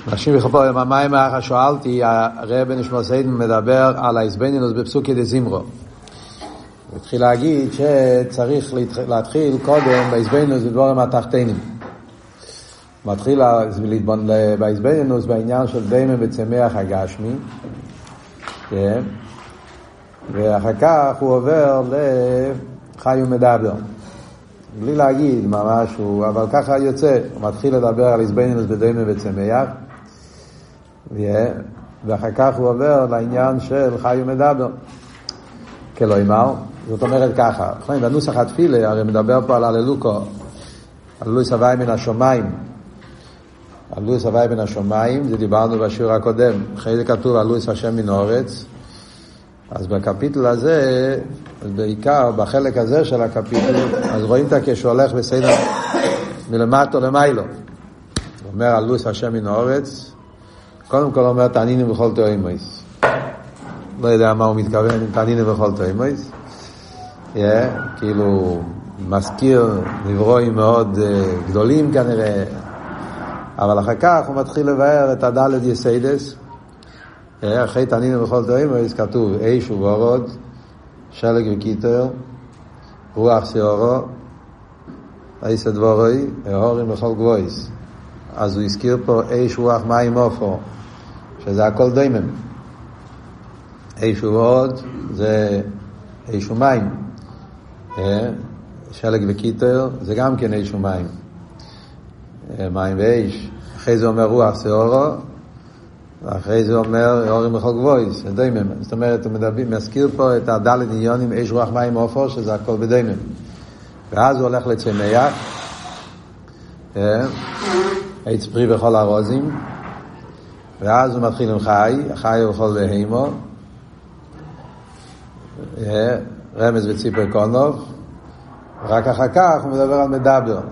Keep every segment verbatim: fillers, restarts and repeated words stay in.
נשים וחפור, במים האחר שואלתי, הרב נשמע סיידן מדבר על ההסבנינוס בפסוקי דזמרו. הוא התחיל להגיד שצריך להתחיל קודם בהסבנינוס בדברים התחתינים. מתחיל בהסבנינוס בעניין של דיימן וצמח הגשמי, ואחר כך הוא עובר לחי ומדבר. בלי להגיד מה משהו, אבל ככה יוצא, הוא מתחיל לדבר על הסבנינוס בדיימן וצמח, ואחר כך הוא עובר לעניין של חי ומדבר. כלומר, זאת אומרת ככה, בנוסח התפילה, הרי מדבר פה על הללוקו, הללויס הוואי מן השומיים. הללויס הוואי מן השומיים, זה דיברנו בשיעור הקודם, אחרי זה כתוב הללויס השם מן הארץ. אז בקפיטל הזה, בעיקר בחלק הזה של הקפיטל, אז רואים את כשהוא הולך בסדר מלמטו למיילו. הוא אומר הללויס השם מן הארץ, קודם כל אומר תענינים בכל תאימויס. לא יודע מה הוא מתכוון עם תענינים בכל תאימויס. Yeah, כאילו מזכיר נברואים מאוד uh, גדולים כנראה, אבל אחר כך הוא מתחיל לבאר את הדלת יסיידס. yeah, אחרי תענינים בכל תאימויס כתוב איש וורוד, שלג וקיטר, רוח שעורו, איס הדבורוי, ההורים בכל גבויס. אז הוא הזכיר פה איש רוח מים אופו, שזה הכל דיימן. איש וורוד זה איש ומים. שלג וקיטר זה גם כן איש ומים. מים ואיש. אחרי זה אומר רוח שעורו, ואחרי זה אומר ההורים בכל גבויס, זה דיימן. זאת אומרת, הוא מדבר, מזכיר פה את הדלת עניונים, איש רוח מים אופו, שזה הכל בדיימן. ואז הוא הולך לצמח, עץ פרי בכל הרוזים, ואז הוא מתחיל עם חי, החי הוא בכל בהימו, רמז וציפר קונוב, רק אחר כך הוא מדבר על מדבר.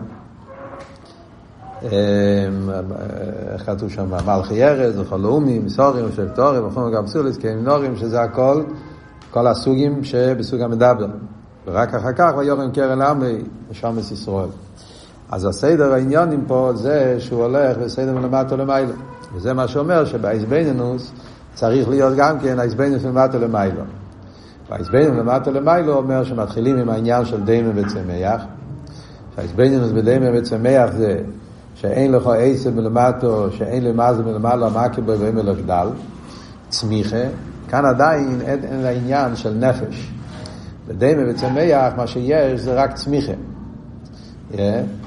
איך כתוב שם? מלכי ארז, וכל לאומים, מסורים, ושבתורים, ופרום גבסוליס, כמנורים, שזה הכל, כל הסוגים שבסוג המדבר. ורק אחר כך ויורם קרן לעמי, ושמס ישראל. אז הסדר העניונים פה זה שהוא הולך בסדר מלמטו למיילו. וזה מה שאומר שבהסבנינוס צריך להיות גם כן ההסבנינוס מלמטו למיילו. וההסבנינוס מלמטו למיילו אומר שמתחילים עם העניין של דיימן וצמח. שההסבנינוס בדיימן וצמח זה שאין לך עשב מלמטו, שאין למעלה מלמעלה, המעקב בו ואין לו גדל, צמיחה. כאן עדיין אין, אין העניין של נפש. בדיימן וצמח מה שיש זה רק צמיחה. Yeah.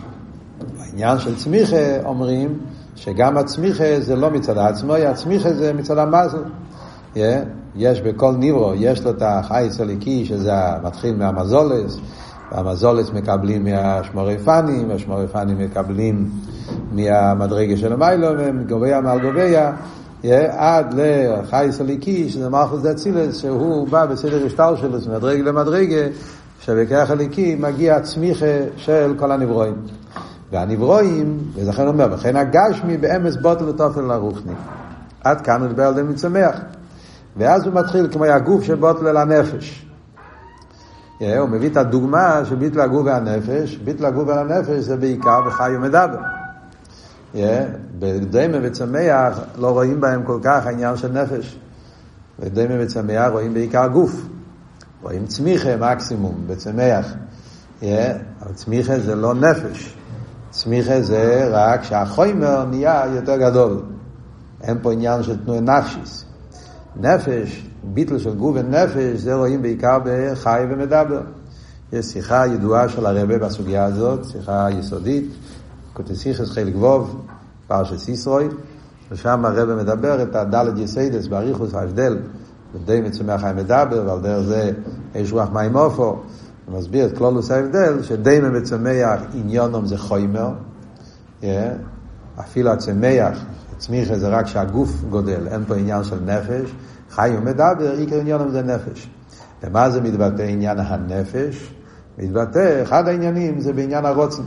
העניין של צמיחה אומרים שגם הצמיחה זה לא מצד העצמו, הצמיחה זה מצד המזל. Yeah. יש בכל נברו, יש לו את החייץ הליקי שזה מתחיל מהמזולס, והמזולס מקבלים מהשמורי פנים, והשמורי פנים מקבלים מהמדרגה של המיילו, גוביה מעל גוביה, yeah. עד לחייץ הליקי שזה מלכות דאצילס, שהוא בא בסדר השטר שלו, מדרגה למדרגה, שבכך הליקי מגיע הצמיחה של כל הנברואים. והנברואים, ולכן אומר, וכן הגשמי באמס בוטל ותופל לרוחני. עד כאן הוא דבר על דיימן וצמח. ואז הוא מתחיל כמו הגוף שבוטל אל הנפש. Yeah, הוא מביא את הדוגמה שביטל הגוף והנפש. ביטל הגוף והנפש זה בעיקר בחי ומדבר. Yeah, בדיימן וצמח לא רואים בהם כל כך העניין של נפש. בדיימן וצמח רואים בעיקר גוף. רואים צמיחה מקסימום בצמח. Yeah, אבל צמיחה זה לא נפש. צמיחה זה רק שהחומר נהיה יותר גדול. אין פה עניין של תנועה נפשיס. נפש, ביטל של גוף ונפש, זה רואים בעיקר בחי ומדבר. יש שיחה ידועה של הרבי בסוגיה הזאת, שיחה יסודית, קוטסיכס חלק ווב, פרשת ישרוי, ושם הרבי מדבר את הדלת יסיידס באריכוס ההבדל, די מצמח חי מדבר, ועל דרך זה יש רוח מים אופו, הוא מסביר את כלולוס ההבדל, שדיימן וצמח עניונם זה חומר, yeah. אפילו הצמח, הצמיחה זה רק שהגוף גודל, אין פה עניין של נפש, חי ומדבר, עיקר עניונם זה נפש. ומה זה מתבטא עניין הנפש? מתבטא, אחד העניינים זה בעניין הרוצן,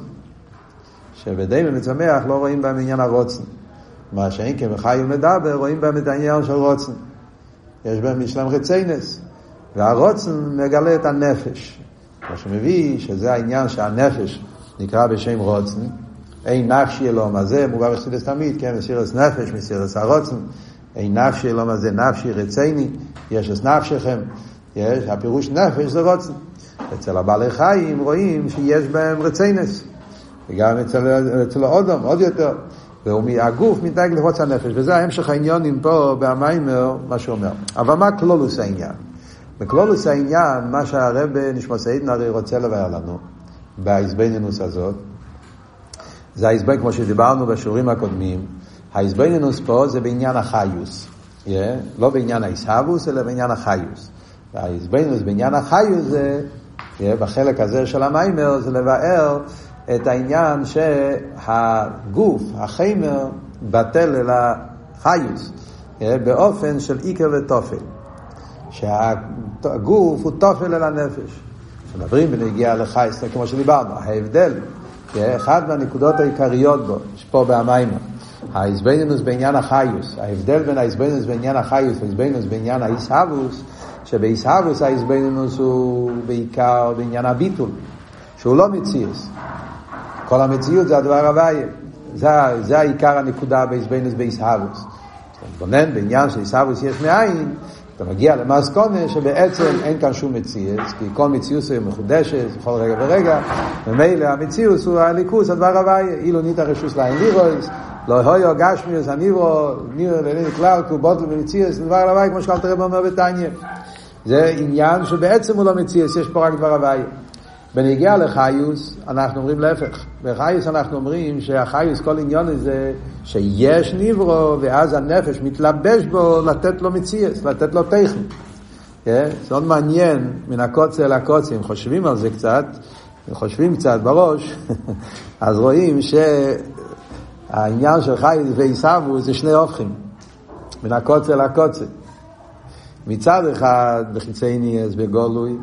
שבדיימן וצמח לא רואים בהם עניין הרוצן, מה שאין כמחי ומדבר רואים בהם את העניין של רוצן. יש בהם משלם רציינס, והרוצן מגלה את הנפש. מה שמביא שזה העניין שהנפש נקרא בשם רוצן, אין נפשי אלום הזה, מובא בחסידות תמיד, כן, מסירת נפש, מסירת הרוצן, אין נפשי אלום הזה, נפשי רציני, יש את נפשכם, יש, הפירוש נפש זה רוצן. אצל הבעלי חיים רואים שיש בהם רצינס, וגם אצל, אצל האדם, עוד יותר. והגוף מתנהג לחוץ הנפש, וזה ההמשך העניונים פה במיימר, מה שאומר. אבל מה כלולוס העניין? בכלולוס העניין, מה שהרב נשמע סעידן הרי רוצה לבאר לנו, בהסבינינוס הזאת, זה ההסבין, כמו שדיברנו בשיעורים הקודמים, ההסבינינוס פה זה בעניין החיוס, yeah? לא בעניין ההסהבוס, אלא בעניין החיוס. וההסבינינוס בעניין החיוס זה, yeah, בחלק הזה של המיימר, זה לבאר את העניין שהגוף, החיימר, בטל אל החיוס, yeah, באופן של עיקר ותופל. שהגוף הוא תופל אל הנפש. כשמדברים בנגיעה לחייס, כמו שדיברנו, ההבדל, אחד מהנקודות העיקריות בו, יש פה בהמיימר, ההסבינינוס בעניין החיוס, ההבדל בין ההסבינינוס בעניין החיוס וההסבינינוס בעניין ההסהבוס, שבהסהבוס ההסבינינוס הוא בעיקר בעניין הביטול, שהוא לא מציאס. כל המציאות זה הדבר הבא, זה, זה העיקר הנקודה בהסבינינוס בהסהבוס. אתה מתבונן בעניין של הסהבוס יש מאין, אתה מגיע למסקנה שבעצם אין כאן שום מציאות, כי כל מציאות היא מחודשת, בכל רגע ורגע, ומילא המציאות הוא הליכוס, הדבר הבא, אילו ניתא רשוס לאין לירויס, לא הויו גשמיוס, הניברו, נירו ללין כלל, קובוטל ומציאות, הדבר הבא, כמו שאלת הרב אומר בתניא. זה עניין שבעצם הוא לא מציאות, יש פה רק דבר הבא. בנגיע לחיוס, אנחנו אומרים להפך. בחיוס אנחנו אומרים שהחיוס, כל עניין הזה, שיש ניברו, ואז הנפש מתלבש בו לתת לו מציאס, לתת לו טכן. זה מאוד מעניין, מן הקוצה אל הקוצה, אם חושבים על זה קצת, אם חושבים קצת בראש, אז רואים שהעניין של חיוס ועיסבו זה שני הופכים, מן הקוצה אל הקוצה. מצד אחד, בחיצייניאס, בגולוי,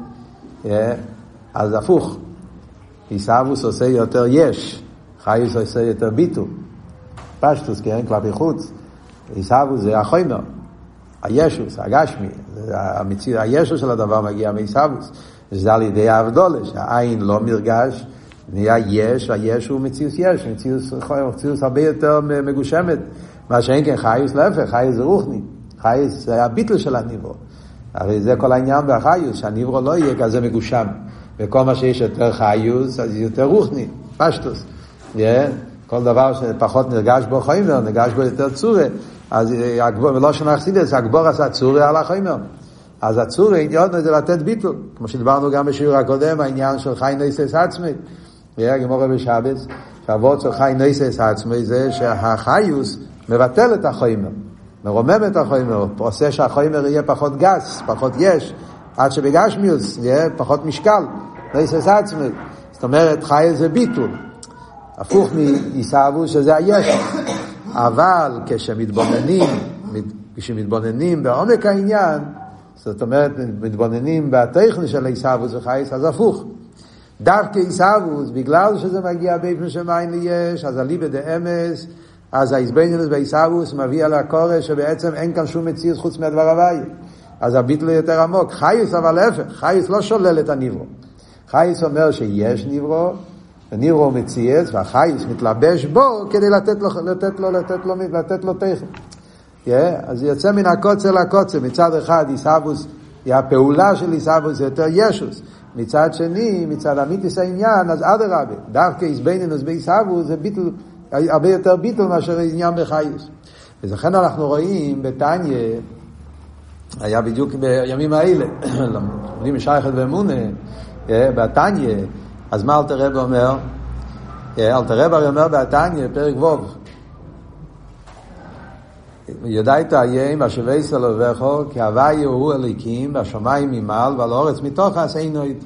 אז הפוך, עיסאוויס עושה יותר יש, חיוס עושה יותר ביטול, פשטוס, כן, כלפי חוץ. עיסאוויס זה החומר, הישוס, הגשמי, המציא, הישוס של הדבר מגיע מעיסאוויס, זה על ידי ההבדולה, שהעין לא מרגש, נהיה יש, היש הוא מציאוס יש, מציאוס, מציאוס הרבה יותר מגושמת, מה שאין כן חיוס, להפך, חיוס זה רוחני, חיוס זה הביטול של הניברו, הרי זה כל העניין בחיוס, שהניברו לא יהיה כזה מגושם, וכל מה שיש יותר חיוס, אז יותר רוחני, פשטוס. Yeah, כל דבר שפחות נרגש בו חומר, נרגש בו יותר צורה, אז לא שנחסידס, הגבור עשה צורה על החומר. אז הצורה, עניין זה לתת ביטול, כמו שדיברנו גם בשיעור הקודם, העניין של חי ניסס עצמי. גמורה בשבס, שהעבוד של חי ניסס עצמי זה שהחיוס מבטל את החומר, מרומם את החומר, עושה שהחומר יהיה פחות גס, פחות יש, עד שבגשמיוס יהיה פחות משקל, ניסס עצמי. זאת אומרת, חי זה ביטול. הפוך מעיסאוויס שזה היש. אבל כשמתבוננים, כשמתבוננים בעומק העניין, זאת אומרת, מתבוננים בטכני של עיסאוויס וחייס, אז הפוך. דווקא עיסאוויס, בגלל שזה מגיע באופן שמיים ליש, אז אליבא דאמס, אז ההסבינינוס בעיסאוויס מביא על הקורא שבעצם אין כאן שום מציאות חוץ מהדבר הבא. אז הביטול יותר עמוק. חייס אבל להפך, חייס לא שולל את הניברו. חייס אומר שיש ניברו, הניברו מציאס, והחייס מתלבש בו כדי לתת לו, לתת לו, לתת לו, לתת לו תכן. Yeah, אז יוצא מן הקוצר לקוצר. מצד אחד עיסאוויס, הפעולה של עיסאוויס זה יותר ישוס. מצד שני, מצד אמיתיס העניין, אז אדרבה. דווקא הסבינינוס בעיסאוויס זה ביטול, הרבה יותר ביטול מאשר עניין בחייס. ולכן אנחנו רואים בתניא, היה בדיוק בימים האלה, לומדים משייכת ואמונה, בתניא, אז מה אלתר רבי אומר? אלתר רבי אומר בתניא, פרק ווב, ידעת איים השבי סלובכו, כי הווי הוא אליקים, והשמיים ממעל, ועל הארץ מתוכס אין נויד.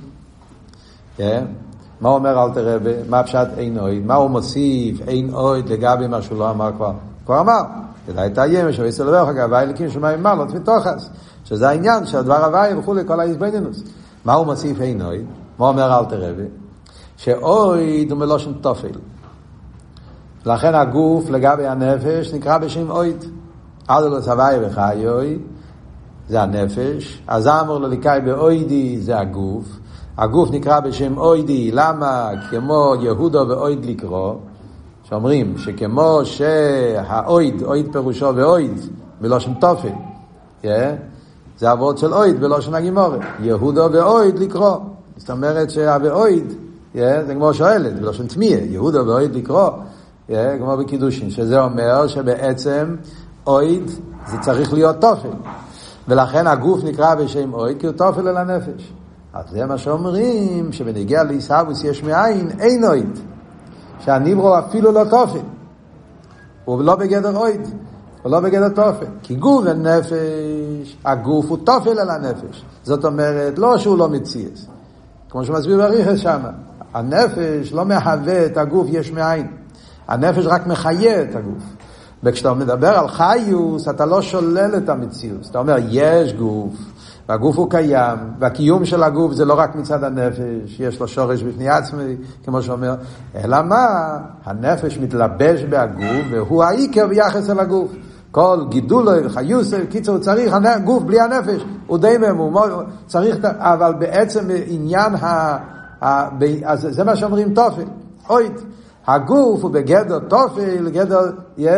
מה אומר אלתר רבי? מה פשט אין נויד? מה הוא מוסיף אין נויד לגבי מה שהוא לא אמר כבר? כבר אמר. ידעת איים השבי סלובכו, כי הווי אליקים, שמיים ממעל, ועל מתוכס. שזה העניין של דבר הווי וכו' לכל ההסבינינוס. מה הוא מוסיף אין נויד? מה אומר אלתר רבי? שאויד הוא מלושן תופל. לכן הגוף לגבי הנפש נקרא בשם אויד. אדלוס הווי וחיוי זה הנפש. אז אמר לו ליקאי באוידי זה הגוף. הגוף נקרא בשם אוידי. למה? כמו יהודו ואויד לקרוא. שאומרים שכמו שהאויד, אויד פירושו ואויד, בלושן תופל, yeah? זה עבוד של אויד בלושן הגימורת. יהודו ואויד לקרוא. זאת אומרת שהאויד, yeah? זה כמו שואלת, בלושן תמיה, יהודו ואויד לקרוא, yeah? כמו בקידושין, שזה אומר שבעצם אויד זה צריך להיות תופל. ולכן הגוף נקרא בשם אויד כי הוא תופל אל הנפש. אז זה מה שאומרים, שבנגיע לישאבוס יש מאין, אין אויד. שהניברו אפילו לא תופל. הוא לא בגדר אויד. הוא לא בגדר תופל. כי גוף ונפש, הגוף הוא תופל על הנפש. זאת אומרת, לא שהוא לא מציאס. כמו שמסביר בריחס שם. הנפש לא מהווה את הגוף יש מאין. הנפש רק מחיה את הגוף. וכשאתה מדבר על חיוס, אתה לא שולל את המציאות. אתה אומר, יש גוף. והגוף הוא קיים, והקיום של הגוף זה לא רק מצד הנפש, יש לו שורש בפני עצמי, כמו שאומר, אלא מה? הנפש מתלבש בהגוף, והוא העיקר ביחס אל הגוף. כל גידול, חיוס, קיצור, צריך הגוף בלי הנפש, הוא די מהם, הוא צריך, אבל בעצם עניין, ה, ה, אז זה מה שאומרים תופל, אויד. הגוף הוא בגדר תופל, גדר,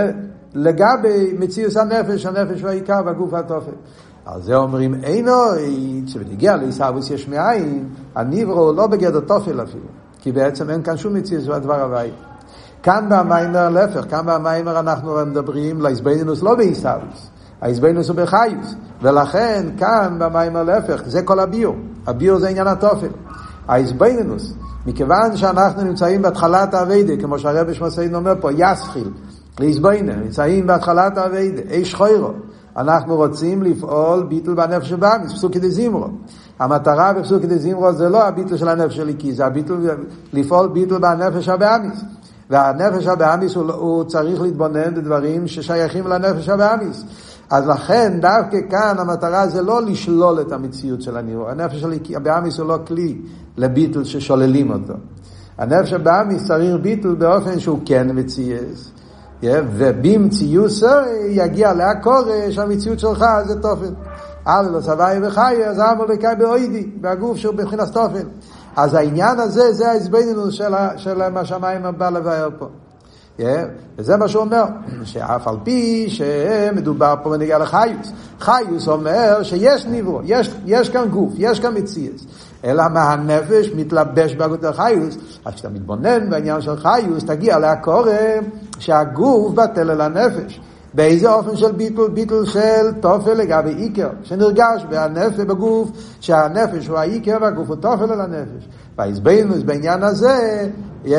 לגבי מציאות הנפש, הנפש הוא העיקר, והגוף התופל. על זה אומרים אינו, שבנגיע לישאבוס יש מאין, הניברו לא בגדר תופל אפילו, כי בעצם אין כאן שום מציאות בדבר הוואי. כאן במיימר להפך, כאן במיימר אנחנו מדברים להסבינינוס לא בישאבוס, ההסבינינוס הוא בחיוס, ולכן כאן במיימר להפך, זה כל הביור, הביור זה עניין התופל. ההסבינינוס, מכיוון שאנחנו נמצאים בהתחלת העבודה, כמו שהרב שמסיין אומר פה, יסחיל, להסבינינוס, נמצאים בהתחלת העבודה, איש חוירו, אנחנו רוצים לפעול ביטל בנפש הבאמיס, פסוקי דזימרו. המטרה בפסוקי דזימרו זה לא הביטל של הנפש הליקי, זה הביטל, לפעול ביטל בנפש הבאמיס. והנפש הבאמיס הוא, הוא צריך להתבונן בדברים ששייכים לנפש הבאמיס. אז לכן דווקא כאן המטרה זה לא לשלול את המציאות של הנירו. הנפש הבאמיס הוא לא כלי לביטל ששוללים אותו. הנפש הבאמיס צריך ביטל באופן שהוא כן מציאס. ובמציאות יגיע להקורש, המציאות שלך זה תופל. אבל לא סבאי וחי, אז אמר לקי באוידי, והגוף שהוא בבחינת תופל. אז העניין הזה, זה ההסבינינוס של, של מה שהמים הבא לבאר פה. וזה מה שהוא אומר, שאף על פי שמדובר פה בנגיע לחיוס. חיוס אומר שיש ניברו, יש, יש כאן גוף, יש כאן מציאות. אלא מה הנפש מתלבש בהגות החיוס. אז כשאתה מתבונן בעניין של חיוס, תגיע להקורם שהגוף בטל אל הנפש. באיזה אופן של ביטול? ביטול של תופל לגבי עיקר, שנרגש בהנפש בגוף, שהנפש הוא העיקר והגוף הוא תופל אל הנפש. וההסבינינוס בעניין הזה,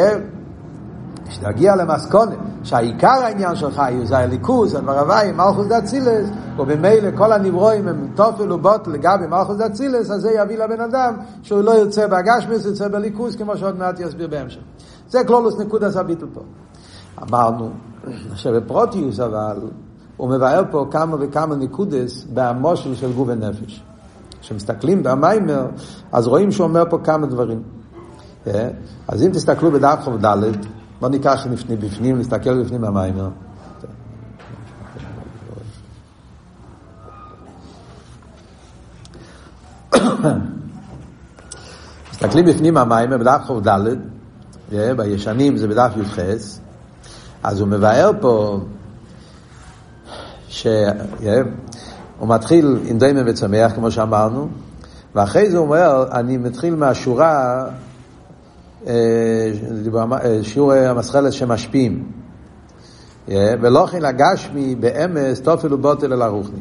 כשתגיע למסקונה, שהעיקר העניין של חיוס, זה הליכוז, הדברבי, מלכוס דאצילס, ובמילא כל הנברואים הם תופל ובוטל לגבי מלכוס דאצילס, אז זה יביא לבן אדם שהוא לא יוצא בהגשמיס, יוצא בליכוז, כמו שעוד מעט יסביר בהמשך. זה כלולוס נקודס הביטול פה. אמרנו שבפרוטיוס אבל הוא מבאר פה כמה וכמה נקודס במושל של גוף ונפש. כשמסתכלים במיימר אז רואים שהוא אומר פה כמה דברים. אז אם תסתכלו בדף חוב ד', בוא ניקח בפנים, בפנים נסתכל בפנים במיימר. מסתכלים בפנים המיימר בדף חוב ד', בישנים זה בדף י"ח. אז הוא מבאר פה שהוא מתחיל עם דיימן וצמח כמו שאמרנו, ואחרי זה הוא אומר אני מתחיל מהשורה שיעור המסחלת שמשפיעים ולא כן הגשמי באמס תופל ובוטל אל הרוחני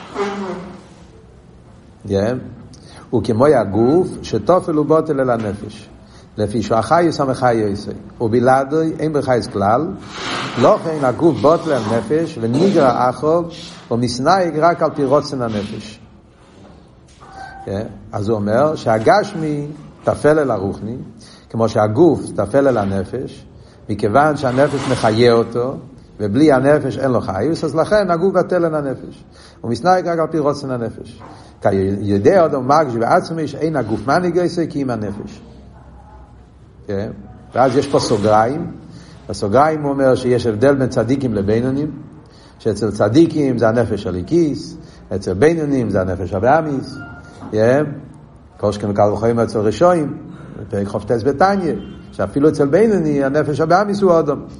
הוא כמו הגוף שתופל ובוטל אל הנפש לפי שהחייס המחייס ובלעדי אין בחייס כלל לא כן הגוף בוטל על נפש ונגרע אחוב ומסנאיג רק על פי רוצן הנפש. אז הוא אומר שהגשמי תפל אל הרוחני כמו שהגוף תפל אל הנפש מכיוון שהנפש מחיה אותו ובלי הנפש אין לו חייס, אז לכן הגוף בטל אל הנפש ומסנאיג רק על פי רוצן הנפש. כי יודע אדם מרגיש בעצמי שאין הגוף מנהיג עושה כי עם הנפש. כן? ואז יש פה סוגריים. בסוגריים הוא אומר שיש הבדל בין צדיקים לבינונים, שאצל צדיקים זה הנפש הליקיס, אצל בינונים זה הנפש הבאמיס. כן? כל שכן וקל וחיים אצל רשועים, בפרק חופטס בתניה, שאפילו אצל בינוני הנפש הבאמיס הוא אדם.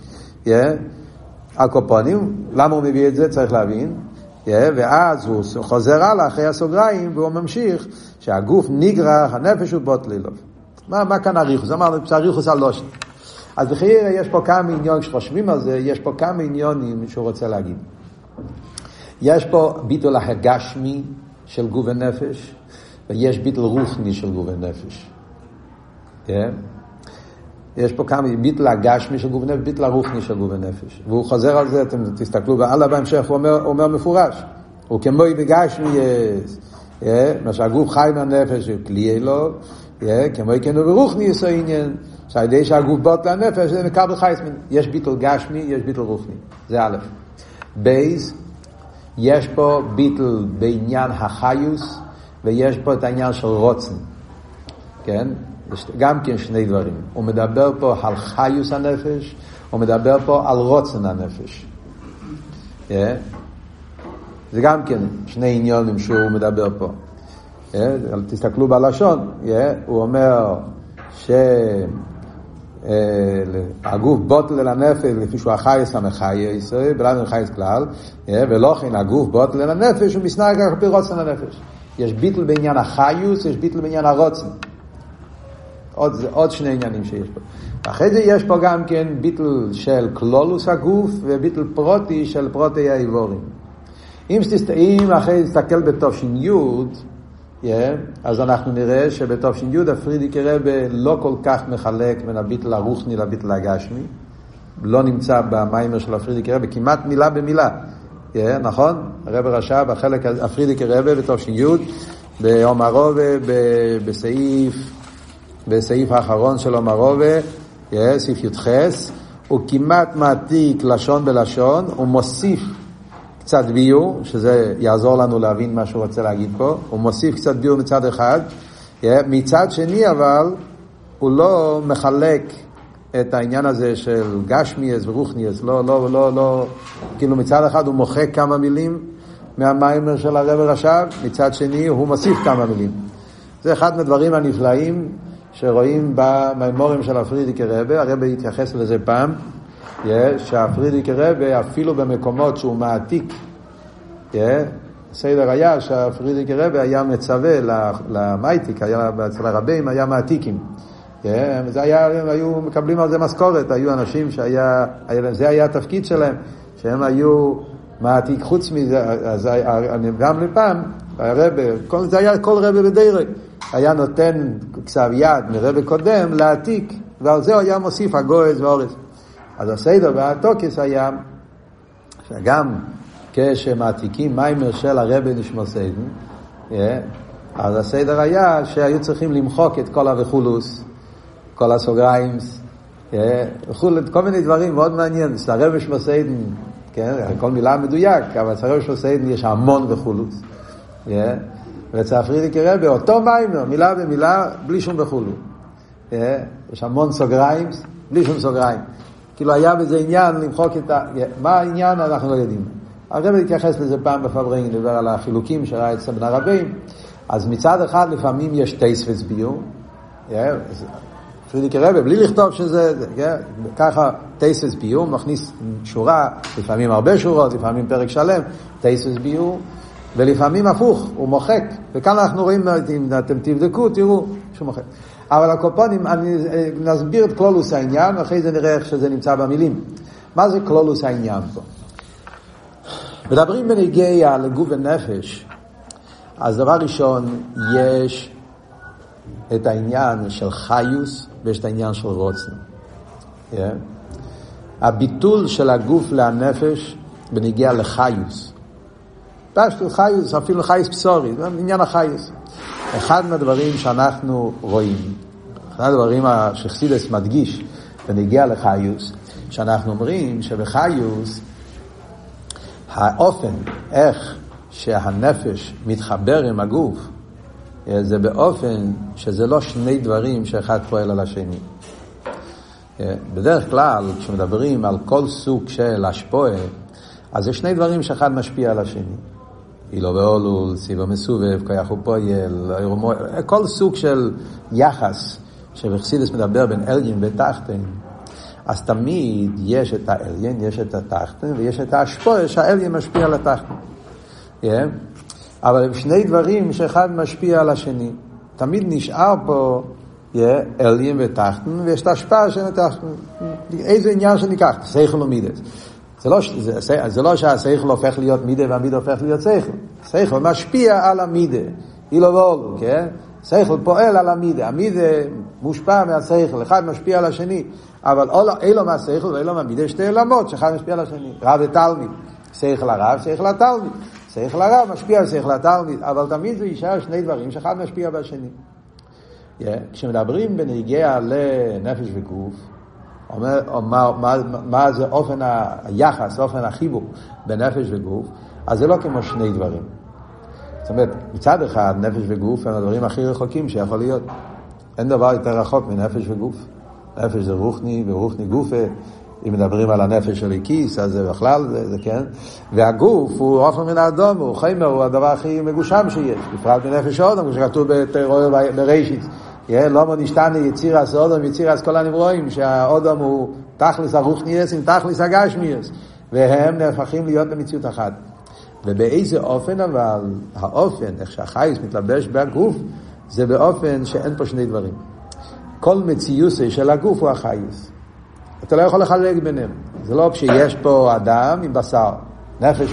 הקופונים, למה הוא מביא את זה? צריך להבין. ואז הוא חוזר הלאה אחרי הסוגריים, והוא ממשיך שהגוף נגרח, הנפש הוא בוטל לו. מה, מה כאן הריחוס? אמרנו שהריחוס על לושן. אז בחייר יש פה כמה עניונים, כשחושבים על זה, יש פה כמה עניונים שהוא רוצה להגיד. יש פה ביטול הגשמי של גוף ונפש, ויש ביטול רוחני של גוף ונפש. Yeah. יש פה כמה, ביטול הגשמי של גוף ונפש, ביטול הרוחני של גוף ונפש. והוא חוזר על זה, אתם תסתכלו בעלה בהמשך, הוא אומר, הוא אומר מפורש. הוא כמו בגשמי יש, yeah. מה שהגוף חי מהנפש, הוא כלי אלו, yeah. כמו כן ברוחני יש העניין, שהידי שהגוף בוט לנפש, זה מקבל חייסמן. יש ביטול גשמי, יש ביטול רוחני. זה א'. בייז, יש פה ביטול בעניין החיוס, ויש פה את העניין של רוצן. כן? גם כן שני דברים. הוא מדבר פה על חיוס הנפש, הוא מדבר פה על רוצן הנפש. Yeah. זה גם כן שני עניונים שהוא מדבר פה. Yeah. תסתכלו בלשון. Yeah. הוא אומר ש... הגוף בוטל לנפש לפי שהוא החייס המחייס בלעד מחייס כלל, ולכן הגוף בוטל לנפש הוא מסנר כך על פי רוצן לנפש. יש ביטל בעניין החיוס, יש ביטל בעניין הרוצן. עוד, עוד שני עניינים שיש פה. אחרי זה יש פה גם כן ביטל של כלולוס הגוף וביטל פרוטי של פרוטי האיבורים. אם תסתאים אחרי תסתכל בתופשין יוד, Yeah, אז אנחנו נראה שבתופשין י' הפרידיקי רבי לא כל כך מחלק בין הביטל הרוחני לביטל הגשמי. לא נמצא במיימר של הפרידיקי רבי כמעט מילה במילה. Yeah, נכון? הרבי רשע בחלק הפרידיקי רבי בתופשין י' באומרובה בסעיף בסעיף האחרון של אומרובה, yeah, סעיף י"חס, הוא כמעט מעתיק לשון בלשון, הוא מוסיף קצת ביור, שזה יעזור לנו להבין מה שהוא רוצה להגיד פה. הוא מוסיף קצת ביור מצד אחד. מצד שני אבל, הוא לא מחלק את העניין הזה של גשמיאס ורוחניאס. לא, לא, לא, לא. כאילו מצד אחד הוא מוחק כמה מילים מהמיימר של הרב רש"ב, מצד שני הוא מוסיף כמה מילים. זה אחד מהדברים הנפלאים שרואים במיימורים של הפרידיקי רבי. הרב התייחס לזה פעם. שהפרידיקי רבי אפילו במקומות שהוא מעתיק, סדר היה שהפרידיקי רבי היה מצווה למייטיק, אצל הרבים היה מעתיקים, זה היה, היו מקבלים על זה משכורת, היו אנשים שהיה, זה היה התפקיד שלהם, שהם היו מעתיק. חוץ מזה, אז גם לפעם הרבי, זה היה כל רבי בדרך, היה נותן כסף יד מרבי קודם להעתיק, ועל זה היה מוסיף הגויז ואורס. אז הסדר והתוקס היה שגם כשמעתיקים מיימר של הרבי נשמע סיידן, אז הסדר היה שהיו צריכים למחוק את כל הווחולוס, כל הסוגריים, כל מיני דברים מאוד מעניין. הרבי נשמע סיידן, כל מילה מדויק, אבל הרבי נשמע סיידן יש המון וחולוס. ואצל הפרידיקי רבי אותו מיימר, מילה במילה, בלי שום וחולו. יש המון סוגריים, בלי שום סוגריים. כאילו היה בזה עניין למחוק את ה... מה העניין אנחנו לא יודעים. הרב התייחס לזה פעם בפברנג, לדבר על החילוקים שראה אצל בן הרבים. אז מצד אחד לפעמים יש טייס וסביור. פרידיקי רבי, בלי לכתוב שזה... ככה טייס וסביור, מכניס שורה, לפעמים הרבה שורות, לפעמים פרק שלם, טייס וסביור, ולפעמים הפוך, הוא מוחק. וכאן אנחנו רואים, אם אתם תבדקו, תראו שהוא מוחק. אבל הקופונים, אני נסביר את כלולוס העניין, ואחרי זה נראה איך שזה נמצא במילים. מה זה כלולוס העניין פה? מדברים בנגיעה לגוף ונפש, אז דבר ראשון, יש את העניין של חיוס, ויש את העניין של רוצן. Yeah. הביטול של הגוף לנפש בנגיעה לחיוס. פשוט חיוס, אפילו חייס פסורי, זה עניין החיוס. אחד מהדברים שאנחנו רואים, אחד הדברים שחסידס מדגיש ונגיע לחיוס, שאנחנו אומרים שבחיוס האופן, איך שהנפש מתחבר עם הגוף, זה באופן שזה לא שני דברים שאחד פועל על השני. בדרך כלל כשמדברים על כל סוג של השפועה, אז זה שני דברים שאחד משפיע על השני. אילו ואולול, סיבה מסובב, כוח ופועל, כל סוג של יחס שבחסידס מדבר בין אלגין ותחתן. אז תמיד יש את העליין, יש את התחתן, ויש את ההשפעה שהעליין משפיע על התחתן. Yeah. אבל הם שני דברים שאחד משפיע על השני. תמיד נשאר פה yeah, עליין ותחתן, ויש את ההשפעה של התחתן. איזה עניין שניקח? שכל ומידס. זה לא, זה, זה לא שהשכל הופך להיות מידה והמידה הופך להיות שכל. שכל משפיע על המידה. אילו ואולו, כן? שכל פועל על המידה. המידה מושפע מהשכל. אחד משפיע על השני. אבל אילו מהשכל ואילו מהמידה שתי עולמות שאחד משפיע על השני. רב ותלמיד. שכל הרב, שכל התלמיד. שכל הרב משפיע על שכל התלמיד. אבל תמיד זה יישאר שני דברים שאחד משפיע בשני. Yeah. כשמדברים בנגיעה לנפש וגוף, אומר, או מה, מה, מה זה אופן היחס, אופן החיבור בנפש וגוף, אז זה לא כמו שני דברים. זאת אומרת, מצד אחד, נפש וגוף הם הדברים הכי רחוקים שיכול להיות. אין דבר יותר רחוק מנפש וגוף. נפש זה רוחני ורוחני גוף. אם מדברים על הנפש של הכיס, אז זה בכלל, זה, זה כן. והגוף הוא אופן מן האדום, הוא חיימר, הוא הדבר הכי מגושם שיש. בפרט מנפש האדם, כמו שכתוב בתורה בראשית. לא נשתנה יציר עש אודם, יציר עש כל הנברואים, שהאודם הוא תכלס הרוחניאס עם תכלס הגשמיאס, והם נהפכים להיות במציאות אחת. ובאיזה אופן אבל, האופן, איך שהחייס מתלבש בגוף, זה באופן שאין פה שני דברים. כל מציוסי של הגוף הוא החייס. אתה לא יכול לחלק ביניהם. זה לא שיש פה אדם עם בשר, נפש,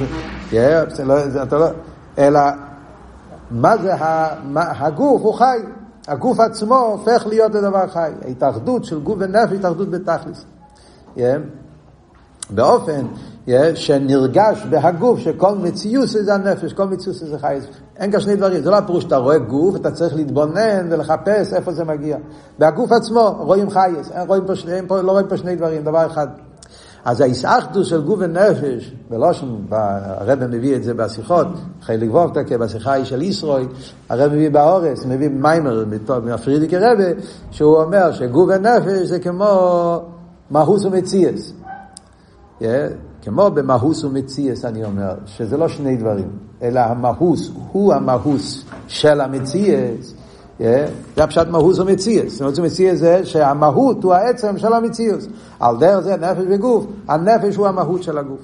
אתה לא, אלא, מה זה הגוף? הוא חי. הגוף עצמו הופך להיות לדבר חי. ההתאחדות של גוף ונפש היא התאחדות בתכלס. Yeah. באופן yeah, שנרגש בהגוף שכל מציאות זה הנפש, כל מציאות זה חי. אין כאן שני דברים. זה לא הפירוש שאתה רואה גוף, אתה צריך להתבונן ולחפש איפה זה מגיע. בהגוף עצמו רואים חייס. אין, רואים פה שני, לא רואים פה שני דברים, דבר אחד. אז ההתאחדות של גוף ונפש, בלושן, הרב מביא את זה בשיחות, חלק וובטקה, בשיחה היא של ישראל, הרב מביא באורס, מביא מיימר, מהפרידיקי רב, שהוא אומר שגוף ונפש זה כמו מהוס ומציאס. Yeah, כמו במהוס ומציאס אני אומר, שזה לא שני דברים, אלא המהוס הוא המהוס של המציאס, זה הפשט מהות ומציאות. זאת אומרת, מציאות זה שהמהות הוא העצם של המציאות. על דרך זה נפש וגוף. הנפש הוא המהות של הגוף.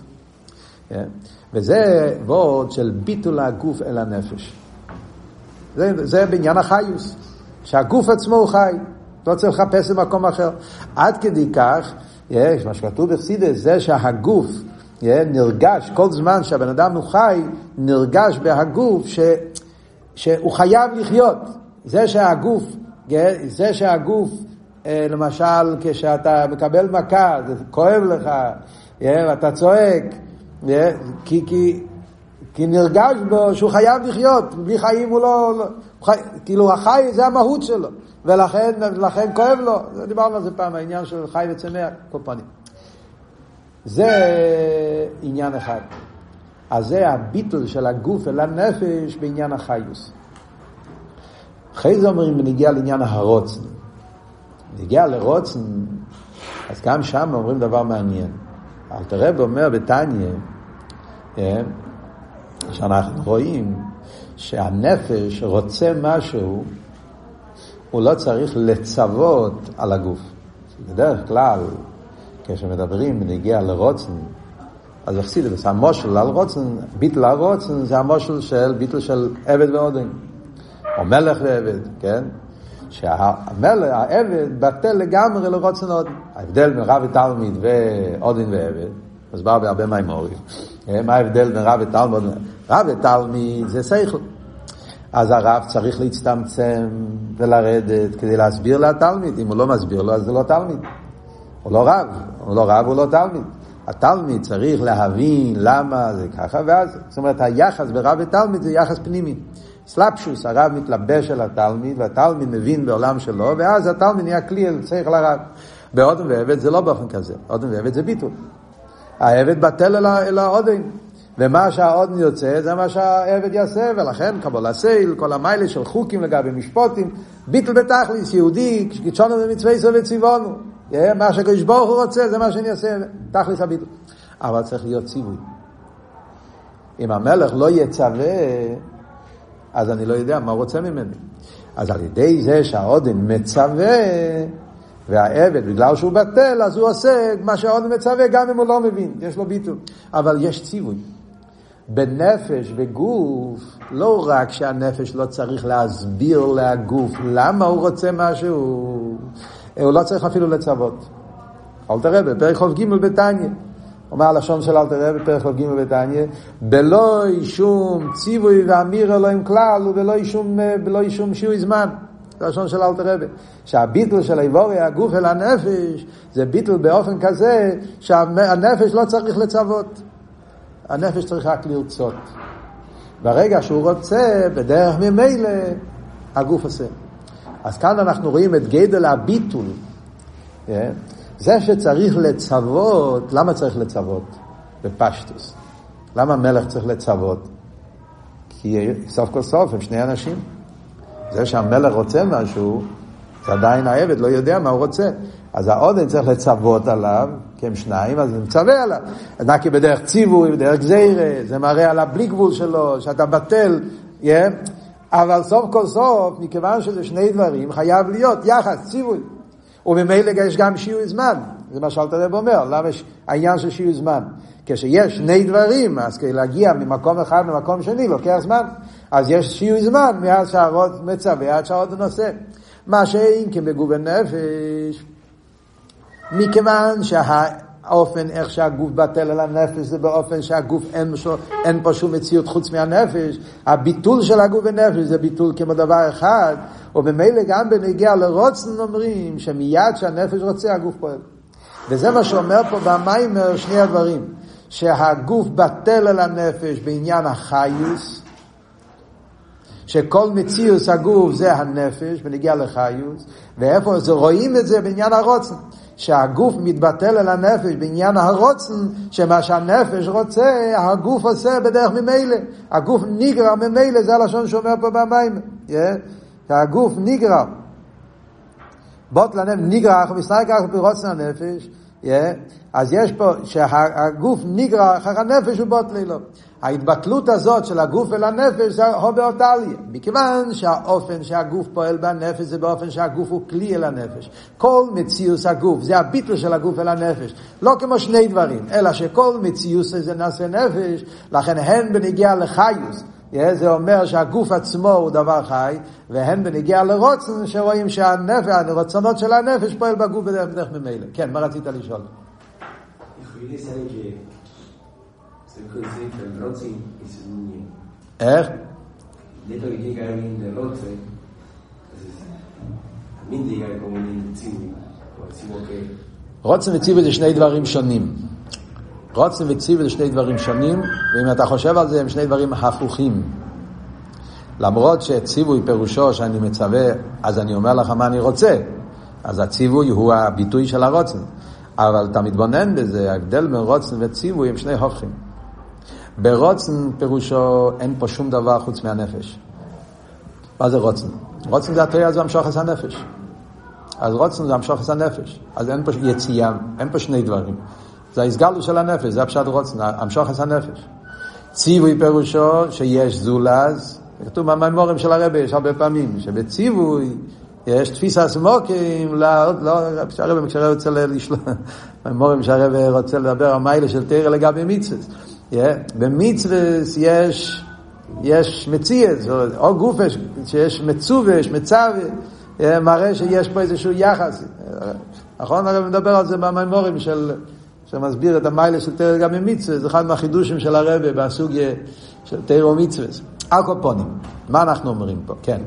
וזה ועוד של ביטול הגוף אל הנפש. זה, זה בעניין החיוס. שהגוף עצמו הוא חי. לא צריך לחפש במקום אחר. עד כדי כך, יש מה שכתוב בחסידות, זה שהגוף נרגש, כל זמן שהבן אדם הוא חי, נרגש בהגוף ש, שהוא חייב לחיות. זה שהגוף, זה שהגוף, למשל, כשאתה מקבל מכה, זה כואב לך, ואתה צועק, כי, כי, כי נרגש בו שהוא חייב לחיות, בלי חיים הוא לא, לא חי, כאילו החי זה המהות שלו, ולכן, לכן כואב לו. דיברנו על זה פעם, העניין של חי וצמח, כל פנים. זה עניין אחד. אז זה הביטול של הגוף אל הנפש בעניין החיוס. אחרי זה אומרים בנגיע לעניין הרוצן. בנגיע לרוצן, אז גם שם אומרים דבר מעניין. אלתר רב אומר בתניא, שאנחנו רואים שהנפש רוצה משהו, הוא לא צריך לצוות על הגוף. בדרך כלל, כשמדברים בנגיע לרוצן, אז יחסיד, זה המושל על רוצן, ביטל הרוצן, זה המושל של ביטל של עבד ועודן. או מלך ועבד, כן? שהמלך, העבד, בטל לגמרי לרוצן עודן. ההבדל בין רב ותלמיד ועודן ועבד, אז בא בהרבה מהמורים. מה ההבדל בין רב ותלמיד? רב ותלמיד זה שכל. אז הרב צריך להצטמצם ולרדת כדי להסביר לתלמיד. אם הוא לא מסביר לו, אז זה לא תלמיד. הוא לא רב. הוא לא רב, הוא לא תלמיד. התלמיד צריך להבין למה זה ככה, ואז, זאת אומרת, היחס ברב ותלמיד זה יחס פנימי. סלאפשוס, הרב מתלבש על התלמיד, והתלמיד מבין בעולם שלו, ואז התלמיד נהיה כלי אל שכל הרב. בעודן ועבד זה לא באופן כזה. עודן ועבד זה ביטול. העבד בטל אל, אל העודן. ומה שהעודן יוצא, זה מה שהעבד יעשה, ולכן קבול הסייל, כל המיילה של חוקים לגבי משפוטים, ביטול בתכליס, יהודי, כשקידשונו במצווי סו וציוונו. מה שהקדוש ברוך הוא רוצה, זה מה שאני אעשה, תכליס הביטול. אבל צריך להיות ציווי. אם המלך לא יצווה, אז אני לא יודע מה הוא רוצה ממני. אז על ידי זה שהעודן מצווה, והעבד, בגלל שהוא בטל, אז הוא עושה מה שהאודן מצווה, גם אם הוא לא מבין, יש לו ביטול. אבל יש ציווי. בנפש וגוף, לא רק שהנפש לא צריך להסביר לגוף למה הוא רוצה משהו, הוא לא צריך אפילו לצוות. אלתר רבי, פרק חוב ג' בתניא, אומר הלשון של אלתר רבי, פרק חוב ג' בתניא, בלא שום ציווי ואמיר אלוהים כלל, ובלא שום, בלא שום שיעור זמן. זה לשון של אלתר רבי. שהביטל של איבורי הגוף אל הנפש, זה ביטל באופן כזה, שהנפש לא צריך לצוות. הנפש צריך רק לרצות. ברגע שהוא רוצה, בדרך ממילא, הגוף עושה. אז כאן אנחנו רואים את גדל הביטול. זה שצריך לצוות, למה צריך לצוות? בפשטוס. למה מלך צריך לצוות? כי סוף כל סוף הם שני אנשים. זה שהמלך רוצה משהו, זה עדיין העבד לא יודע מה הוא רוצה. אז העודן צריך לצוות עליו, כי הם שניים, אז הוא מצווה עליו. נקי בדרך ציווי, בדרך גזירה, זה מראה על הבלי גבול שלו, שאתה בטל, yeah. אבל סוף כל סוף, מכיוון שזה שני דברים, חייב להיות יחס, ציווי. וממילא יש גם שיעור זמן. זה מה שאלתר רבי אומר, למה יש העניין של שיעור זמן? כשיש שני דברים, אז כדי להגיע ממקום אחד למקום שני, לוקח זמן. אז יש שיעור זמן, מאז שהרוד מצווה, עד שהרוד נושא. מה שאין כבגוף הנפש, מכיוון שהאופן איך שהגוף בטל על הנפש זה באופן שהגוף אין, אין פה שום מציאות חוץ מהנפש, הביטול של הגוף ונפש זה ביטול כמו דבר אחד, ובמילא גם בנגיע לרוצן אומרים שמיד שהנפש רוצה הגוף פועל. וזה מה שאומר פה במיימר שני הדברים, שהגוף בטל על הנפש בעניין החיוס, שכל מציאות הגוף זה הנפש בנגיע לחיוס, ואיפה זה רואים את זה בעניין הרוצן, שהגוף מתבטל על הנפש בעניין הרוצן, שמה שהנפש רוצה, הגוף עושה בדרך ממילא. הגוף נגרע ממילא, זה הלשון שאומר פה במים. Yeah. הגוף נגרע. בוט לנפש נגרע, אנחנו מסתכל ככה ברוצן הנפש. Yeah. אז יש פה שהגוף נגרע אחר הנפש הוא בוט לילו. ההתבטלות הזאת של הגוף אל הנפש זה הובאותליה, מכיוון שהאופן שהגוף פועל בנפש זה באופן שהגוף הוא כלי אל הנפש. כל מציאות הגוף זה הביטול של הגוף אל הנפש, לא כמו שני דברים, אלא שכל מציאות זה נעשה נפש, לכן הן בנגיע לחיוס, זה אומר שהגוף עצמו הוא דבר חי, והן בנגיע לרוצן שרואים שהרצונות של הנפש פועל בגוף בדרך ממילא. כן, מה רצית לשאול? יכולים לסיים ש... el Rotzi es un ¿Eh? de lo que llega a mí del Rotzi también llega como un tzivui decimos que רוצן וציווי זה שני דברים שונים. רוצן וציווי זה שני דברים שונים, ואם אתה חושב על זה הם שני דברים הפוכים. למרות שציווי פירושו שאני מצווה, אז אני אומר לך מה אני רוצה, אז הציווי הוא הביטוי של הרוצן, אבל אתה מתבונן בזה, ההבדל בין רוצן וציווי הם שני הופכים. ברוצן פירושו אין פה שום דבר חוץ מהנפש. מה זה רוצן? רוצן זה התויה, זה המשוך את הנפש. אז רוצן זה המשוך את הנפש. אז אין פה יציאה, אין פה שני דברים. זה ההסגלות של הנפש, זה הפשט רוצן, המשוך את הנפש. ציווי פירושו שיש זולז, כתוב במיימורים של הרבי, יש הרבה פעמים, שבציווי יש תפיסה סמוקים, לא, לא, כשהרבי כשהרבי רוצה לשלוח, במיימורים שהרבי רוצה לדבר על מיילה של תרא לגבי מצוות. Yeah. במצווס יש יש מציאות, או גוף שיש מצווה, יש מצווה, yeah, מראה שיש פה איזשהו יחס. נכון? הרב מדבר על זה במיימורים של שמסביר את המיילה של תרא גם במצווה, זה אחד מהחידושים של הרב בסוגיה של תרא ומצווס. הקופונים, מה אנחנו אומרים פה? כן.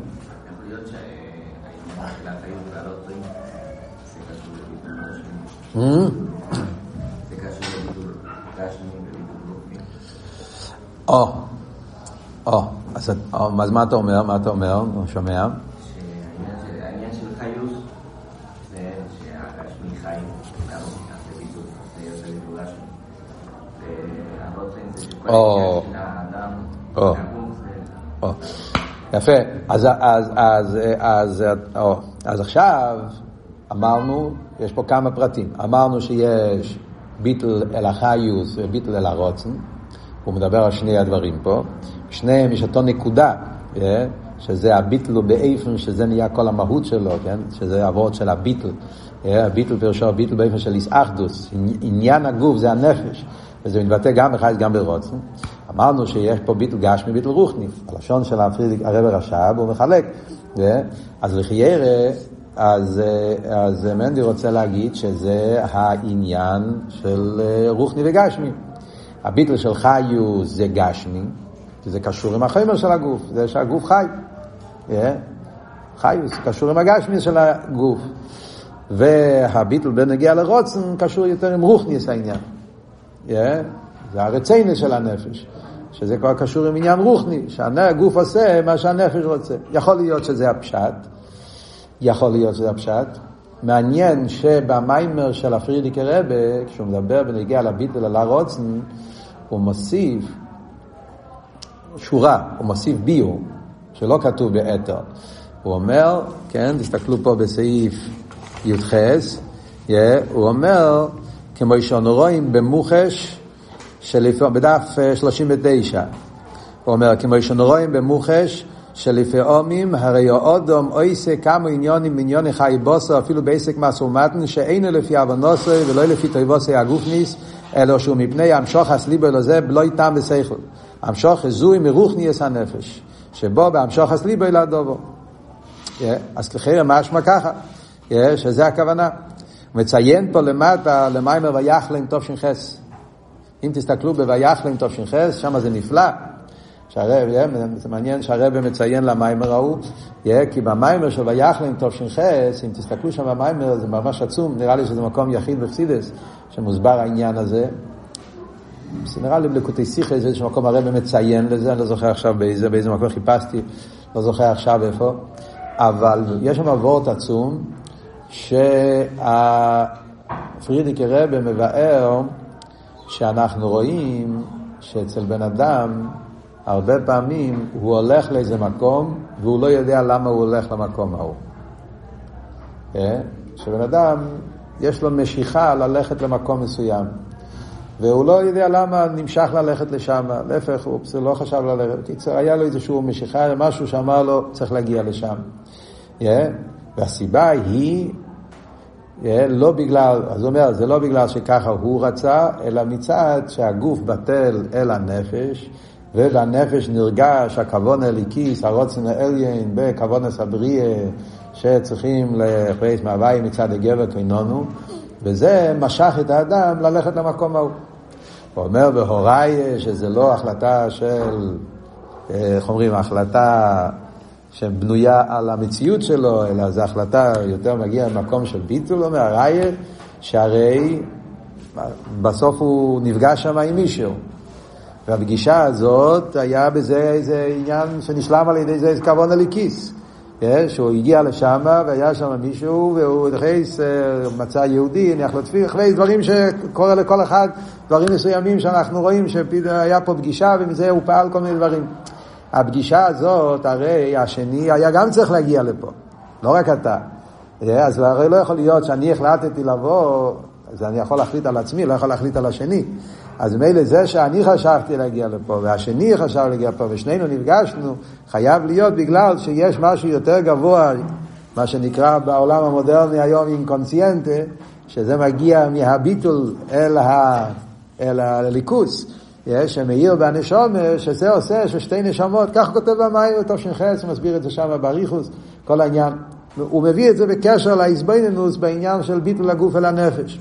או, או, אז מה אתה אומר? מה אתה אומר? שומע? שהעניין של חיוס זה שהגשמי חיים, כמה זה ביטול, זה יותר לגבולה שלו. והרוצן זה שכל העניין של האדם, והגוף זה... או, יפה. אז, אז, אז, אז, או, אז עכשיו אמרנו, יש פה כמה פרטים. אמרנו שיש ביטול אל החיוס וביטול אל הרוצן. הוא מדבר על שני הדברים פה. שניהם יש אותו נקודה, שזה הביטל הוא באיפן, שזה נהיה כל המהות שלו, כן? שזה העבוד של הביטל. הביטל פירושו הביטל באיפן של איסאחדוס. עניין הגוף זה הנפש. וזה מתבטא גם בחייס, גם ברוצן. אמרנו שיש פה ביטל גשמי, ביטל רוחני. הלשון של הפרידיק הרב רש"ב הוא מחלק. אז לחיירה, אז, אז מנדי רוצה להגיד שזה העניין של רוחני וגשמי. הביטל של חיוס זה גשמי, זה קשור עם החומר של הגוף, זה שהגוף חי. חיוס קשור עם הגשמי של הגוף. והביטל בנגיע לרוצן קשור יותר עם רוחני את העניין. זה הרצינה של הנפש, שזה כבר קשור עם עניין רוחני, שהגוף עושה מה שהנפש רוצה. יכול להיות שזה הפשט, יכול להיות שזה הפשט. מעניין שבמיימר של הפרידיק רבה, כשהוא מדבר בנגיע לביטל על הרוצן, הוא מוסיף שורה, הוא מוסיף ביור, שלא כתוב באתר. הוא אומר, כן, תסתכלו פה בסעיף י"חס, yeah, הוא אומר, כמו שאנו רואים במוחש, בדף שלושים ותשע, הוא אומר, כמו שאנו רואים במוחש, שלפעמים הרי האדם עושה כמה עניונים ענייני חי בוסו, אפילו בעסק מעשו מתן, שאינו לפי אבנוסו ולא לפי טויבוסי הגופניס, אלא שהוא מפני המשוך הסליבו לזה בלוי טעם ושכל. המשוך זוי מרוחני יש הנפש, שבו בהמשוך הסליבו לדובו. אז כחיר משמע ככה, שזה הכוונה. הוא מציין פה למטה למיימר ויחלם תש"ח. אם תסתכלו בויחלם תש"ח, שם זה נפלא. שהרב, זה מעניין שהרב מציין למיימר ההוא, כי במיימר של ויחלם תש"ח, אם תסתכלו שם במיימר, זה ממש עצום, נראה לי שזה מקום יחיד בחסידות, שמוסבר העניין הזה. נראה לי בליקוטי שיחה, זה איזשהו מקום הרב מציין לזה, אני לא זוכר עכשיו באיזה, באיזה מקום חיפשתי, לא זוכר עכשיו איפה, אבל יש שם עבורת עצום, שהפרידיק רבה מבאר, שאנחנו רואים שאצל בן אדם, הרבה פעמים הוא הולך לאיזה מקום, והוא לא יודע למה הוא הולך למקום ההוא. שבן אדם, יש לו משיכה ללכת למקום מסוים, והוא לא יודע למה נמשך ללכת לשם, להפך, הוא לא חשב ללכת, היה לו איזשהו משיכה, משהו שאמר לו, צריך להגיע לשם. והסיבה היא, לא בגלל, אז הוא אומר, זה לא בגלל שככה הוא רצה, אלא מצד שהגוף בטל אל הנפש, ובנפש נרגש הכוון הליקיס, הרוצן האליין, בכוון הסבריה, שצריכים להכריס מהווי מצד הגבר כינונו, וזה משך את האדם ללכת למקום ההוא. הוא אומר בהוראי שזה לא החלטה של, איך אומרים, החלטה שבנויה על המציאות שלו, אלא זו החלטה יותר מגיעה למקום של ביטול, הוא אומר, הראי שהרי בסוף הוא נפגש שם עם מישהו. והפגישה הזאת היה בזה איזה עניין שנשלם על ידי זה כוון הליקיס. שהוא הגיע לשם והיה שם מישהו והוא דחייס מצא יהודי, ניח לו תפיך, דברים שקורה לכל אחד, דברים מסוימים שאנחנו רואים שהיה פה פגישה ומזה הוא פעל כל מיני דברים. הפגישה הזאת, הרי השני היה גם צריך להגיע לפה, לא רק אתה. אז הרי לא יכול להיות שאני החלטתי לבוא, אז אני יכול להחליט על עצמי, לא יכול להחליט על השני. אז מילא זה שאני חשבתי להגיע לפה, והשני חשב להגיע לפה, ושנינו נפגשנו, חייב להיות בגלל שיש משהו יותר גבוה, מה שנקרא בעולם המודרני היום אינקונסיינטה, שזה מגיע מהביטול אל, ה, אל הליכוס, שמאיר בנשום, שזה עושה ששתי נשמות, כך כותב במים, תש"ח, מסביר את זה שם בריחוס, כל העניין. הוא מביא את זה בקשר להסבינינוס בעניין של ביטול הגוף אל הנפש.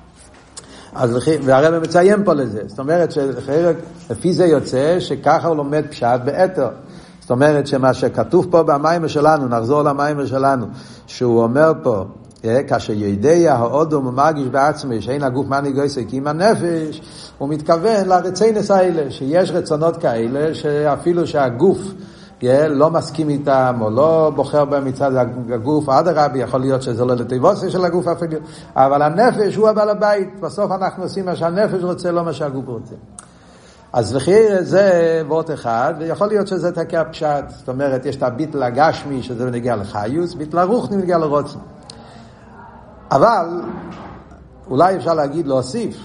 אז והרב מציין פה לזה, זאת אומרת שלפי זה יוצא שככה הוא לומד פשט באתר. זאת אומרת שמה שכתוב פה במיימר שלנו, נחזור למיימר שלנו, שהוא אומר פה, כאשר ידע האדם ומרגיש בעצמו שאין הגוף מנהיג עושה כי עם הנפש, הוא מתכוון לרצונות האלה, שיש רצונות כאלה שאפילו שהגוף לא מסכים איתם או לא בוחר בהם מצד הגוף, עד הרבי יכול להיות שזה לא לטבעוסה של הגוף אפילו, אבל הנפש הוא הבעל הבית, בסוף אנחנו עושים מה שהנפש רוצה, לא מה שהגוף רוצה. אז לכיר זה וורט אחד, ויכול להיות שזה תקע פשט, זאת אומרת יש את הביטל הגשמי שזה נגיע לחיוס, ביטל הרוחני נגיע לרוצן. אבל אולי אפשר להגיד להוסיף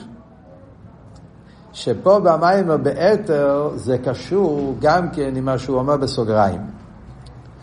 שפה במיימר באתר זה קשור גם כן עם מה שהוא אומר בסוגריים.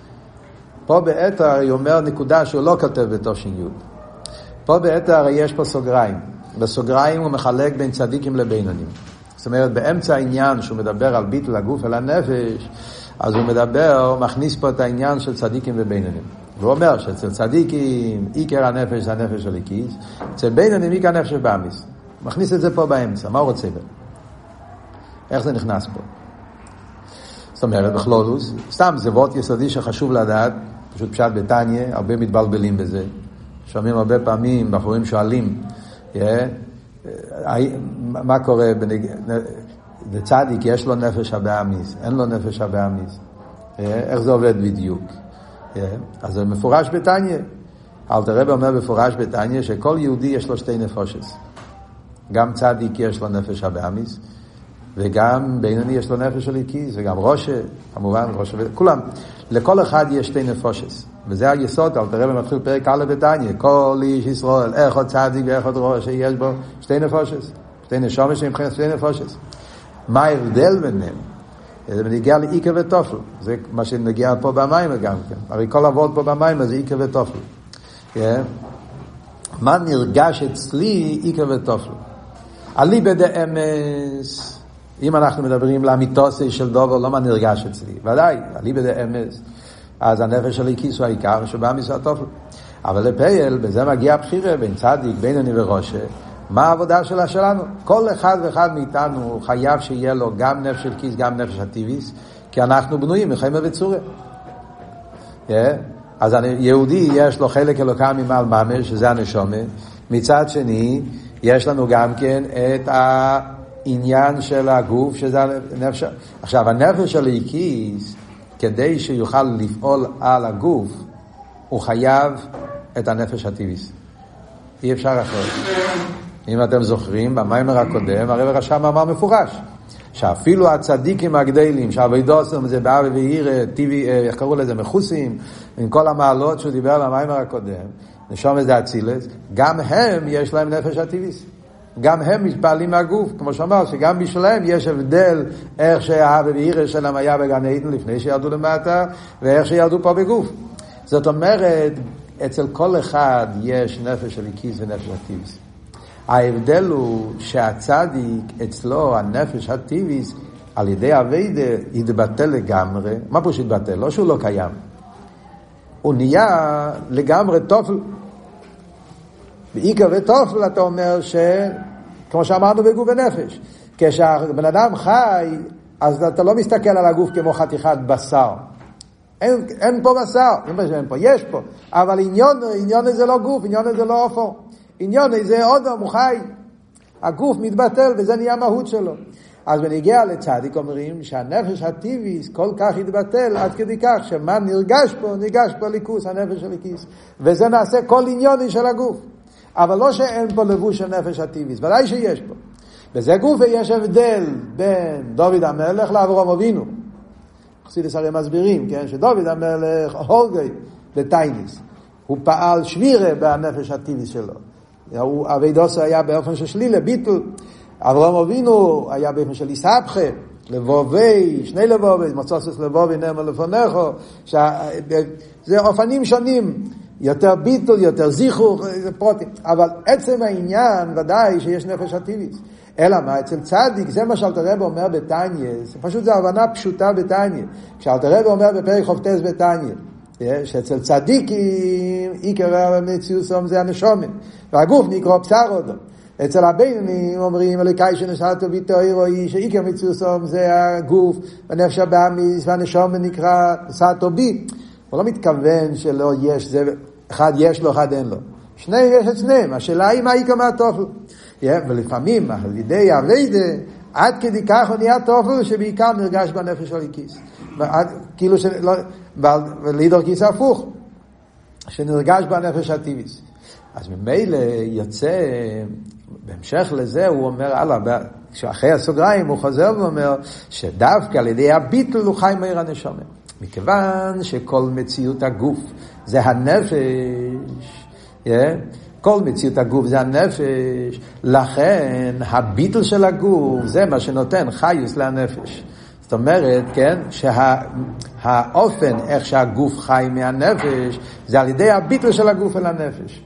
פה באתר הרי אומר נקודה שהוא לא כותב בתושין י'. פה באתר הרי יש פה סוגריים. בסוגריים הוא מחלק בין צדיקים לבינונים. זאת אומרת, באמצע העניין שהוא מדבר על ביטול הגוף אל הנפש, אז הוא מדבר, הוא מכניס פה את העניין של צדיקים ובינונים. והוא אומר שאצל צדיקים עיקר הנפש זה הנפש של הליקיס, אצל בינונים עיקר הנפש באמיס. הוא מכניס את זה פה באמצע. מה הוא רוצה בו? איך זה נכנס פה? זאת אומרת, בכלולוס, סתם זה וורט יסודי שחשוב לדעת, פשוט פשט בתניה, הרבה מתבלבלים בזה. שומעים הרבה פעמים, בחורים שואלים, yeah, מה קורה בצדיק, יש לו נפש הבאמיס, אין לו נפש הבאמיס, yeah, איך זה עובד בדיוק? Yeah, אז זה מפורש בתניה. אלתר רבי אומר מפורש בתניה שכל יהודי יש לו שתי נפשות. גם צדיק יש לו נפש הבאמיס, וגם בינוני יש לו נפש של הליקיס, וגם ראשה, כמובן ראשה, כולם. לכל אחד יש שתי נפשות. וזה היסוד, אלתר רבי מתחיל פרק א' בתניא, כל איש ישראל, אחד צדיק ואחד ראשה, יש בו שתי נפשות. שתי נשומות שהם שתי נפשות. מה ההבדל ביניהם? זה מגיע לעיקר וטופל. זה מה שנגיע פה במים גם כן. הרי כל עבוד פה במים זה עיקר וטופל. מה נרגש אצלי עיקר וטופל? אליבא דאמס, אם אנחנו מדברים לאמיתוסי של דובר, לא מה נרגש אצלי. ודאי, אליבא דאמס, אז הנפש של הליקיס הוא העיקר שבא מסע טופל. אבל לפייל, בזה מגיע הבחירה בין צדיק, בינוני וראשה. מה העבודה שלה שלנו? כל אחד ואחד מאיתנו חייב שיהיה לו גם נפש של כיס, גם נפש הטיביס, כי אנחנו בנויים מחיימה וצורה. Yeah. אז יהודי יש לו חלק אלוקה ממעל ממש, שזה הנשומה. מצד שני, יש לנו גם כן את העניין של הגוף, שזה הנפש. עכשיו, הנפש של הליקיס, כדי שיוכל לפעול על הגוף, הוא חייב את הנפש הטיביס. אי אפשר אחרת. אם אתם זוכרים, במיימר הקודם, הרב רש"ם אמר מפורש, שאפילו הצדיקים הגדולים, שהעבודתם זה באווה ועיר, טבעי, איך קראו לזה, מחוסים, עם כל המעלות שהוא דיבר במיימר הקודם, נשום איזה אצילס, גם הם יש להם נפש הטבעיס. גם הם מתפעלים מהגוף, כמו שאמר, שגם בשלהם יש הבדל איך שהאווה ועיר שלהם היה בגן עדן לפני שירדו למטה, ואיך שירדו פה בגוף. זאת אומרת, אצל כל אחד יש נפש של הליקיס ונפש הטבעיס. ההבדל הוא שהצדיק אצלו הנפש הטבעיס על ידי הווידה יתבטל לגמרי. מה פה שיתבטל? לא שהוא לא קיים. הוא נהיה לגמרי תופל. בעיקר ותופל אתה אומר ש... כמו שאמרנו בגוף ונפש. כשהבן אדם חי, אז אתה לא מסתכל על הגוף כמו חתיכת בשר. אין, אין פה בשר. אין פה, יש פה. אבל עניון, עניון זה לא גוף, עניון זה לא אופו. עניון זה אודום, הוא חי. הגוף מתבטל וזה נהיה מהות שלו. אז בנגיע לצדיק אומרים שהנפש הטבעיס כל כך התבטל עד כדי כך שמה נרגש פה, נרגש פה ליכוס, הנפש של ליכוס. וזה נעשה כל עניוני של הגוף. אבל לא שאין פה לבוש של נפש הטבעיס, ודאי שיש פה. בזה גוף יש הבדל בין דוד המלך לאברהם אבינו. חסידות הרי מסבירים, כן, שדוד המלך הורגי בטייניס. הוא פעל שבירה בנפש הטבעיס שלו. אבידוסו היה באופן של שלילה, ביטל. אברהם אבינו היה באופן של איסהפכה, לבובי, שני לבובי, מצוסס לבובי נאמר לפונךו. זה אופנים שונים, יותר ביטל, יותר זיכוך, פרוטים. אבל עצם העניין ודאי שיש נפש הטבעיס. אלא מה? אצל צדיק, זה מה שאלתר רבי אומר בתניא, פשוט זו הבנה פשוטה בתניא. כשאלתר רבי אומר בפרק חופטס בתניא, שאצל צדיקים עיקר המציאוסום זה הנשומת, והגוף נקרא בשר אודום. אצל הבינונים אומרים אלוקי שנשאתו ביתו איש, שעיקר מציאוסום זה הגוף, והנפש הבאמיס, והנשומת נקרא נשאתו בי. הוא לא מתכוון שלא יש, זה אחד יש לו, אחד אין לו. שניהם יש את שניהם, השאלה היא מה עיקר מהתופל. ולפעמים על ידי הווידה, עד כדי כך הוא נהיה תופל שבעיקר נרגש בנפש של הכיס. כאילו שלא, ולידור כיס הפוך, שנרגש בנפש הטבעיס. אז ממילא יוצא, בהמשך לזה הוא אומר, הלאה, כשאחרי הסוגריים הוא חוזר ואומר, שדווקא על ידי הביטל הוא חי מהיר הנשמה. מכיוון שכל מציאות הגוף זה הנפש, yeah? כל מציאות הגוף זה הנפש, לכן הביטל של הגוף זה מה שנותן חיוס לנפש. זאת אומרת, כן, שהאופן, איך שהגוף חי מהנפש, זה על ידי הביטול של הגוף אל הנפש.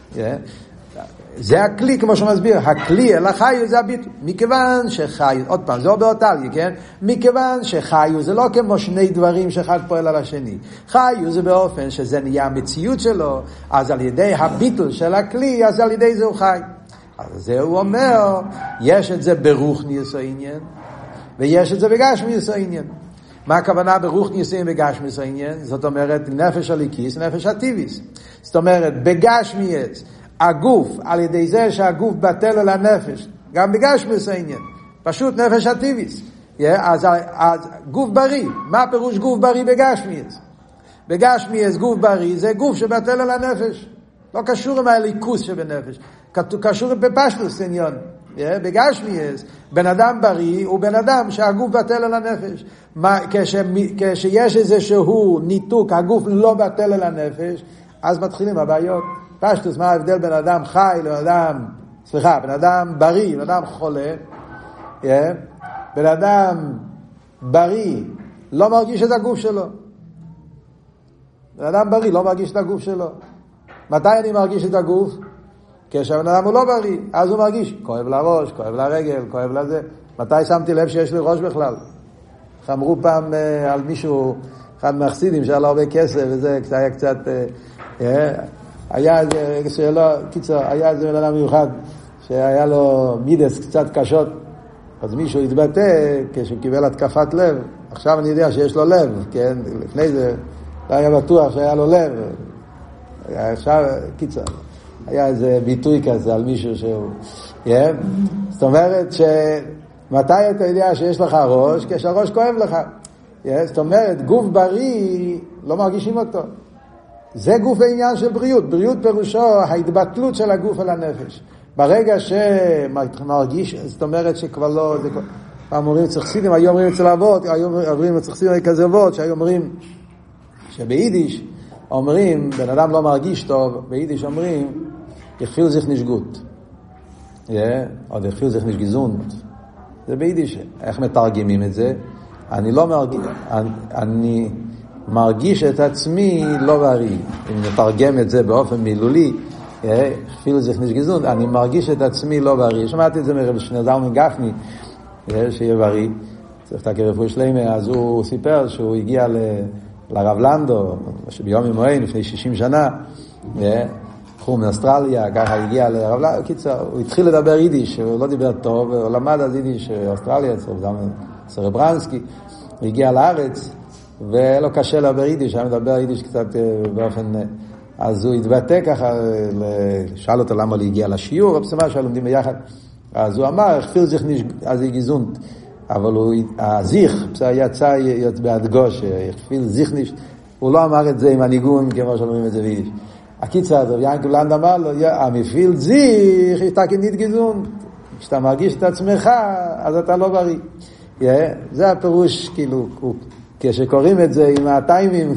זה הכלי, כמו שמסביר, הכלי אל החיוס זה הביטול. מכיוון שחיוס, עוד פעם, זה לא באותליה, כן? מכיוון שחיוס זה לא כמו שני דברים שאחד פועל על השני. חיוס זה באופן שזה נהיה המציאות שלו, אז על ידי הביטול של הכלי, אז על ידי זה הוא חי. אז זה הוא אומר, יש את זה ברוחניוס העניין, ויש את זה בגשמיוס העניין. מה הכוונה ברוחניוס העניין בגשמיוס העניין? זאת אומרת, נפש הליקיס, נפש הטיביס. זאת אומרת, בגשמיוס, הגוף, על ידי זה שהגוף בטל על הנפש, גם בגשמיוס העניין, פשוט נפש הטיביס. אז, אז גוף בריא, מה פירוש גוף בריא בגשמיוס? בגשמיוס גוף בריא זה גוף שבטל על הנפש. לא קשור עם הליכוס שבנפש, קשור בפשטוס עניון. בגשמיאס, בן אדם בריא הוא בן אדם שהגוף בטל על הנפש. מה, כש, כשיש איזשהו ניתוק, הגוף לא בטל על הנפש, אז מתחילים הבעיות. פשטוס, מה ההבדל בין אדם חי לבן אדם, סליחה, בן אדם בריא, בן אדם חולה, yeah? בן אדם בריא לא מרגיש את הגוף שלו. בן אדם בריא לא מרגיש את הגוף שלו. מתי אני מרגיש את הגוף? כשהבן אדם הוא לא בריא, אז הוא מרגיש, כואב לראש, כואב לרגל, כואב לזה. מתי שמתי לב שיש לי ראש בכלל? אמרו פעם אה, על מישהו, אחד מהחסידים שהיה לו הרבה כסף, וזה היה קצת, אה, אה, היה איזה שאלה, קיצר, היה איזה בן אדם מיוחד, שהיה לו מידס קצת קשות, אז מישהו התבטא כשהוא קיבל התקפת לב. עכשיו אני יודע שיש לו לב, כן? לפני זה לא היה בטוח שהיה לו לב. עכשיו, קיצר. היה איזה ביטוי כזה על מישהו שהוא, yeah? זאת אומרת שמתי אתה יודע שיש לך ראש? כשהראש כואב לך. Yeah? זאת אומרת, גוף בריא לא מרגישים אותו. זה גוף העניין של בריאות. בריאות פירושו ההתבטלות של הגוף על הנפש. ברגע שמרגיש, זאת אומרת שכבר לא, זה כבר, פעם אומרים צריך סידים, היום אומרים אצל אבות, היום אומרים צריך סידים כזה אבות, שהיום אומרים שביידיש אומרים, בן אדם לא מרגיש טוב, ביידיש אומרים, יחפיל זיך נשגות. עוד יחפיל זיך נשגזונט. זה ביידיש. איך מתרגמים את זה? אני לא מרגיש, אני, אני מרגיש את עצמי לא בריא. אם נתרגם את זה באופן מילולי, יחפיל זיך נשגזונט, אני מרגיש את עצמי לא בריא. שמעתי את זה מרב שנדל מגפני, שיהיה בריא. צריך לתקר רפואי שלמה, אז הוא סיפר שהוא הגיע ל... לרב לנדו, שביום ימואין, לפני שישים שנה, חום מאוסטרליה, ככה הגיע לרב לנדו, קיצר, הוא התחיל לדבר יידיש, הוא לא דיבר טוב, הוא למד אז יידיש אוסטרליה, סרברנסקי, הוא הגיע לארץ, ולא קשה לדבר יידיש, היה מדבר יידיש קצת באופן, אז הוא התבטא ככה, שאל אותו למה הוא הגיע לשיעור, בסמה שלומדים ביחד, אז הוא אמר, הכפיר זיך אז גזונט, אבל הוא, הזיך, יצא בהדגוש, הכפיל זיכניש, הוא לא אמר את זה עם הניגון, כמו שאומרים את זה ביידיש. הקיצר, אז יענקל לנד אמר לו, המפיל זיך, אתה כנית גזון, כשאתה מרגיש את עצמך, אז אתה לא בריא. זה הפירוש, כאילו, כשקוראים את זה עם הטיימים,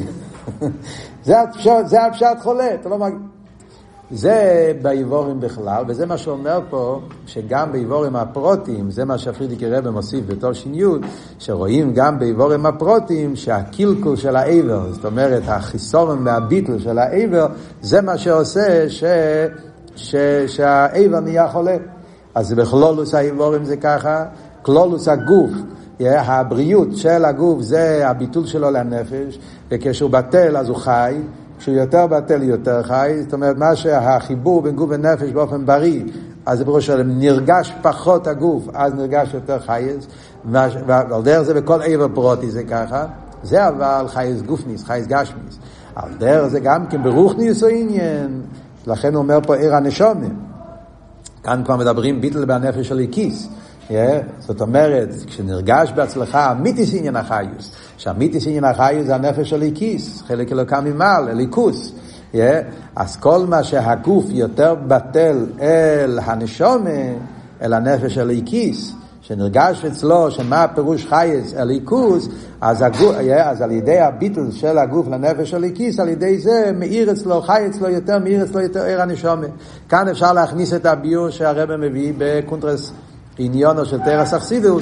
זה הפשט חולה, אתה לא מרגיש. זה באיבורים בכלל, וזה מה שאומר פה, שגם באיבורים הפרוטים, זה מה שהפרידיקי רבי מוסיף בתור שיניות, שרואים גם באיבורים הפרוטים, שהקילקול של האיבר, זאת אומרת, החיסורם והביטל של האיבר, זה מה שעושה ש... ש... שהאיבר נהיה חולה. אז בכלולוס האיבורים זה ככה, כלולוס הגוף, הבריאות של הגוף זה הביטול שלו לנפש, וכשהוא בטל אז הוא חי, כשהוא יותר בטל יותר חי, זאת אומרת מה שהחיבור בין גוף ונפש באופן בריא, אז זה בראש שלהם נרגש פחות הגוף, אז נרגש יותר חייס, ועל דרך זה בכל עבר פרוטי זה ככה, זה אבל חייס גופניס, חייס גשמיס, על דרך זה גם כן ברוחניס או עניין, לכן הוא אומר פה עיר הנשומים, כאן כבר מדברים ביטל בנפש של איקיס, Yeah, זאת אומרת, כשנרגש בהצלחה אמיתיס עניין החיוס, שאמיתיס עניין החיוס זה הנפש של איקיס, חלק אלוקה ממעל, אליקוס. Yeah, אז כל מה שהגוף יותר בטל אל הנשומה, אל הנפש של איקיס, שנרגש אצלו, שמה הפירוש חייס, אליקוס, אז, הגוף, yeah, אז על ידי הביטל של הגוף לנפש של איקיס, על ידי זה מאיר אצלו, חי אצלו יותר, מאיר אצלו יותר עיר הנשומה. כאן אפשר להכניס את הביור שהרבא מביא בקונטרס, עניינו של תרס אכסידוס,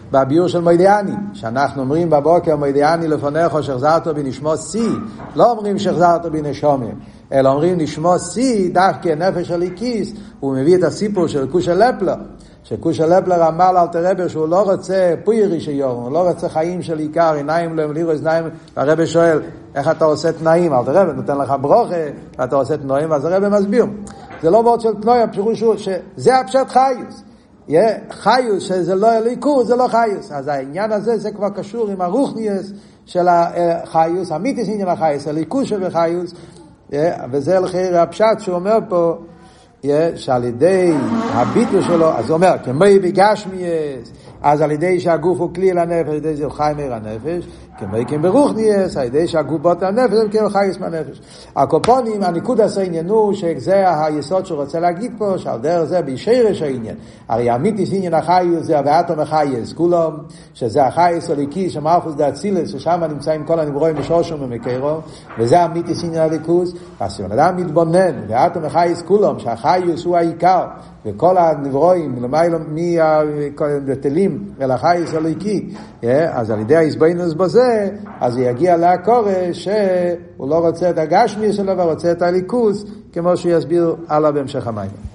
בביור של מוידיאני, שאנחנו אומרים בבוקר מוידיאני לפניך שחזרת בנשמו שיא, לא אומרים שחזרת בנשומה, אלא אומרים נשמו שיא, דווקא נפש הליקיס. הוא מביא את הסיפור של קושה לפלר, שקושה לפלר אמר לאלתר רבי שהוא לא רוצה פוירי שיורם, הוא לא רוצה חיים של עיקר, עיניים להם לירו עיניים, והרבי שואל איך אתה עושה תנאים, אלתר רבי נותן לך ברוכה ואתה עושה תנאים, אז הרבי מסביר זה לא מאוד של תנויה, פשוט שזה הפשט חיוס, חיוס שזה לא אליקות, זה לא חיוס. אז העניין הזה זה כבר קשור עם הרוחניאס של החיוס, המיתיס עניין החיוס, אליקות שבחיוס, וזה לחיר הפשט שהוא אומר פה, שעל ידי הביטו שלו, אז הוא אומר, כמי בגשמייס, אז על ידי שהגוף הוא כלי לנפש, על ידי זה הוא חי מהר הנפש, כמי כן ברוחניאס, על ידי שהגוף בוט לנפש, זה כאילו חייס מהנפש. הקופונים, הניקוד עשה עניינו, שזה היסוד שהוא רוצה להגיד פה, שעל דרך זה בישרש העניין. הרי המיתיס עניין החייס זה הבאתו מחייס, כולם, שזה החייס הליקי, שמאחוס דה אצילס, ששם נמצאים כל הנברואים בשושם ומקרו, וזה המיתיס עניין הליכוס, אז אדם מתבונן, הבאתו מחייס כולם, שהחייס הוא העיקר, וכל הנברואים, למעלה מהבטלים, אל החייס הליקי, אז על ידי ההסבינוס בזה, אז הוא יגיע להקורש שהוא לא רוצה את הגשמי שלו, ורוצה את הליכוס, כמו שהוא יסביר הלאה בהמשך המים.